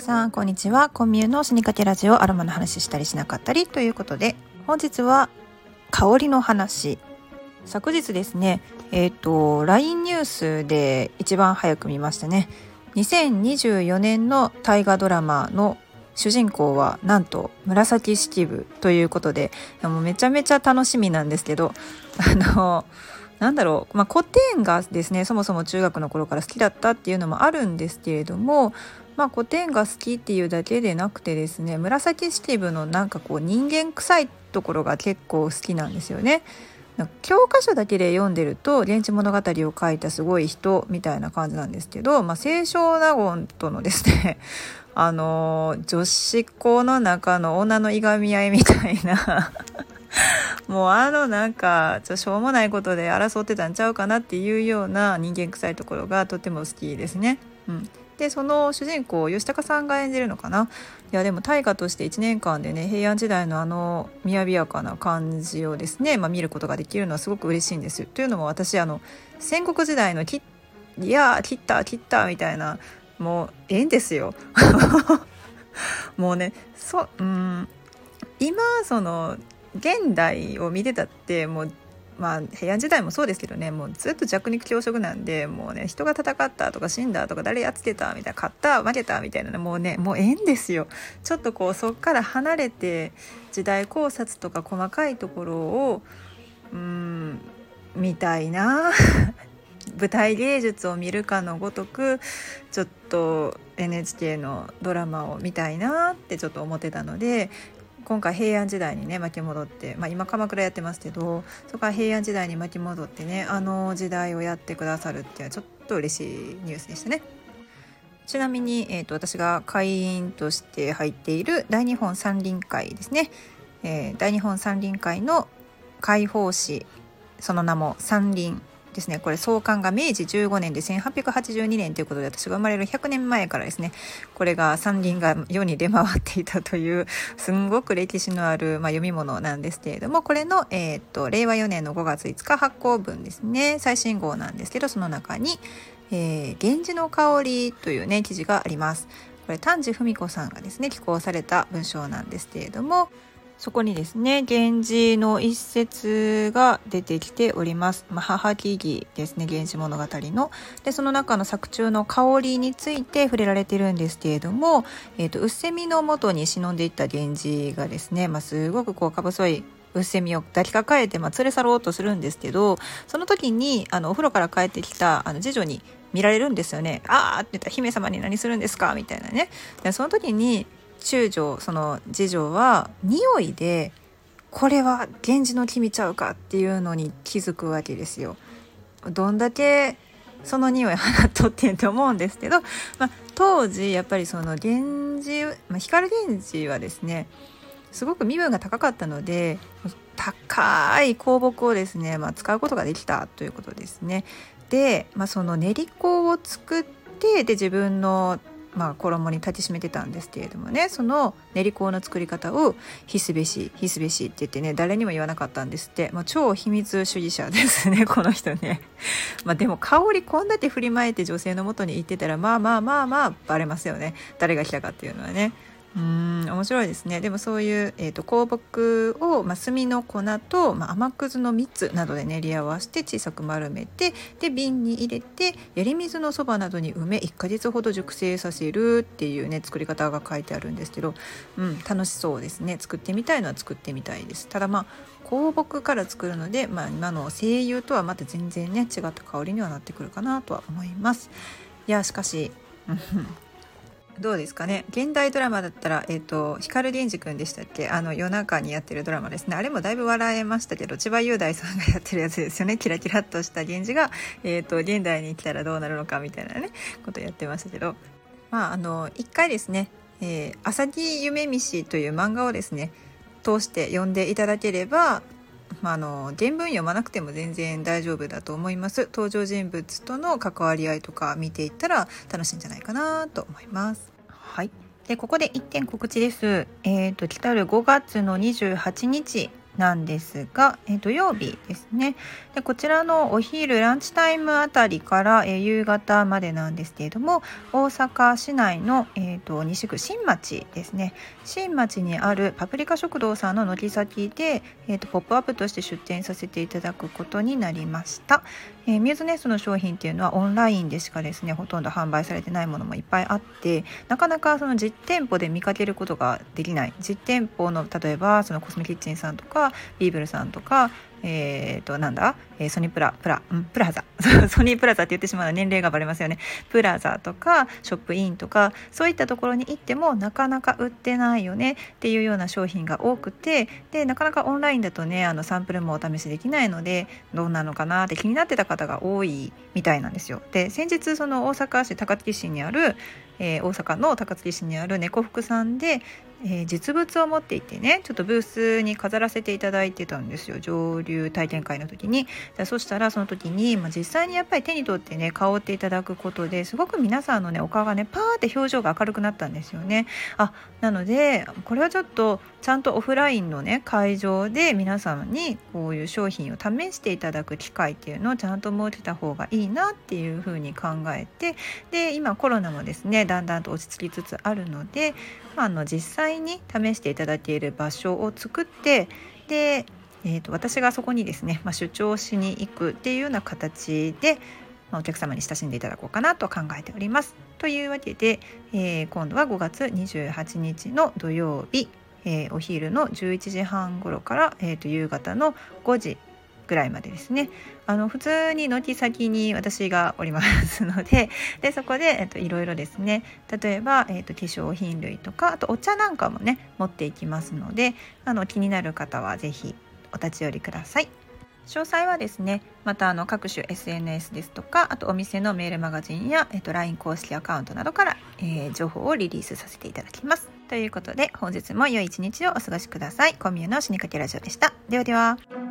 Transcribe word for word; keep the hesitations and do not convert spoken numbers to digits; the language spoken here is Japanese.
さんこんにちは。コンミューの死にかけラジオ、アロマの話したりしなかったりということで、本日は香りの話。昨日ですね、えっと ライン ニュースで一番早く見ましたね。にせんにじゅうよねんの大河ドラマの主人公はなんと紫式部ということで、もうめちゃめちゃ楽しみなんですけど、あのなんだろう、まあ、古典がですね、そもそも中学の頃から好きだったっていうのもあるんですけれども、まあ、古典が好きっていうだけでなくてですね、紫式部のなんかこう人間臭いところが結構好きなんですよね。教科書だけで読んでると源氏物語を書いたすごい人みたいな感じなんですけど、まあ、清少納言とのですねあの女子校の中の女のいがみ合いみたいなもうあのなんかちょしょうもないことで争ってたんちゃうかなっていうような人間臭いところがとても好きですね。うん、でその主人公吉高さんが演じるのかな。いやでも大河としていちねんかんでね、平安時代のあの雅やかな感じをですね、まあ、見ることができるのはすごく嬉しいんです。というのも私あの戦国時代のきいや切った切ったみたいな、もうええんですよもうね、そうん今その現代を見てたってもう、まあ、平安時代もそうですけどね、もうずっと弱肉強食なんで、もうね、人が戦ったとか死んだとか誰やっつけたみたいな、勝った負けたみたいなね、もうねもうええんですよ。ちょっとこうそっから離れて時代考察とか細かいところをうーん見たいな舞台芸術を見るかのごとくちょっと エヌエイチケー のドラマを見たいなってちょっと思ってたので、今回平安時代にね巻き戻って、まあ、今鎌倉やってますけど、そこから平安時代に巻き戻ってね、あの時代をやってくださるっていうのはちょっと嬉しいニュースでしたね。ちなみに、えーと、私が会員として入っている大日本山林会ですね、えー、大日本山林会の会報誌、その名も山林ですね。これ創刊が明治じゅうごねんでせんはっぴゃくはちじゅうにねんということで、私が生まれるひゃくねんまえからですね、これが山林が世に出回っていたというすんごく歴史のある、まあ、読み物なんですけれども、これの、えー、とれいわよねんのごがついつか発行分ですね、最新号なんですけど、その中に、えー、源氏の香りというね記事があります。これ丹治文子さんがですね寄稿された文章なんですけれども、そこにですね源氏の一節が出てきております。まあ、母木義ですね、源氏物語ので、その中の作中の香りについて触れられているんですけれども、えーと、うっせみのもとに忍んでいった源氏がですね、まあ、すごくこうか細いうっせみを抱きかかえて、まあ、連れ去ろうとするんですけど、その時にあのお風呂から帰ってきたあの次女に見られるんですよね。あーって言ったら、姫様に何するんですかみたいなね。でその時に中女、その次女は匂いでこれは源氏の君ちゃうかっていうのに気づくわけですよ。どんだけその匂い放っとってんって思うんですけど、まあ、当時やっぱりその源氏、まあ、光源氏はですねすごく身分が高かったので、高い香木をですね、まあ、使うことができたということですね。で、まあ、その練り粉を作ってで自分のまあ、衣に立ち締めてたんですけれどもね、その練り粉の作り方をひすべしひすべしって言ってね、誰にも言わなかったんですって。まあ、超秘密主義者ですねこの人ねまあでも香りこんだけ振りまいて女性の元に行ってたら、まあまあまあまあバレますよね、誰が来たかっていうのはね。うーん面白いですね。でもそういう、えーと、香木を、まあ、炭の粉と、まあ、甘くずの蜜などで練り合わせて小さく丸めて、で瓶に入れてやり水のそばなどに埋めいっかげつほど熟成させるっていうね作り方が書いてあるんですけど、うん、楽しそうですね。作ってみたいのは作ってみたいです。ただまあ香木から作るので、まあ、今の精油とはまた全然ね違った香りにはなってくるかなとは思います。いやしかしどうですかね。現代ドラマだったら、えーと、光源氏くんでしたっけ、あの夜中にやってるドラマですね。あれもだいぶ笑えましたけど、千葉雄大さんがやってるやつですよね。キラキラっとした源氏が、えーと、現代に来たらどうなるのかみたいなねことやってましたけど、まああの一回ですね、えー、浅木夢見しという漫画をですね通して読んでいただければ、まあ、あの原文読まなくても全然大丈夫だと思います。登場人物との関わり合いとか見ていったら楽しいんじゃないかなと思います。はい。でここでいってん告知です。えーと来たるごがつのにじゅうはちにちなんですが、えー、土曜日ですね。でこちらのお昼ランチタイムあたりから、えー、夕方までなんですけれども、大阪市内の、えー、と西区新町ですね。新町にあるパプリカ食堂さんの軒先で、えー、とポップアップとして出店させていただくことになりました。えー、ミューズネストの商品っていうのはオンラインでしかですねほとんど販売されてないものもいっぱいあって、なかなかその実店舗で見かけることができない、実店舗の例えばそのコスメキッチンさんとかビーブルさんとか、えー、となんだ、えー、ソニープラプラんプラザソニープラザって言ってしまうのは年齢がバレますよね。プラザとかショップインとかそういったところに行ってもなかなか売ってないよねっていうような商品が多くて、でなかなかオンラインだとねあのサンプルもお試しできないのでどうなのかなって気になってた方が多いみたいなんですよ。で先日その大阪市高槻市にある、えー、大阪の高槻市にある猫福さんで、えー、実物を持っていてねちょっとブースに飾らせていただいてたんですよ、上流体験会の時に。そしたらその時に、まあ、実際にやっぱり手に取ってね香っていただくことですごく皆さんのねお顔がねパーって表情が明るくなったんですよね。あなのでこれはちょっとちゃんとオフラインのね会場で皆様にこういう商品を試していただく機会っていうのをちゃんと設けた方がいいなっていうふうに考えて、で今コロナもですねだんだんと落ち着きつつあるので、まあ、あの実際に試していただける場所を作って、で、えーと、私がそこにですね、まあ、出張しに行くっていうような形で、まあ、お客様に親しんでいただこうかなと考えております。というわけで、えー、今度はごがつにじゅうはちにちの土曜日、えー、お昼のじゅういちじはん頃から、えーと、夕方のごじぐらいまでですね、あの普通に軒先に私がおりますので、でそこで、えっと、いろいろですね、例えば、えっと、化粧品類とかあとお茶なんかもね持っていきますので、あの気になる方はぜひお立ち寄りください。詳細はですねまたあの各種 エスエヌエス ですとか、あとお店のメールマガジンや、えっと、ライン 公式アカウントなどから、えー、情報をリリースさせていただきます。ということで本日も良い一日をお過ごしください。コミューの死にかけラジオでした。ではでは。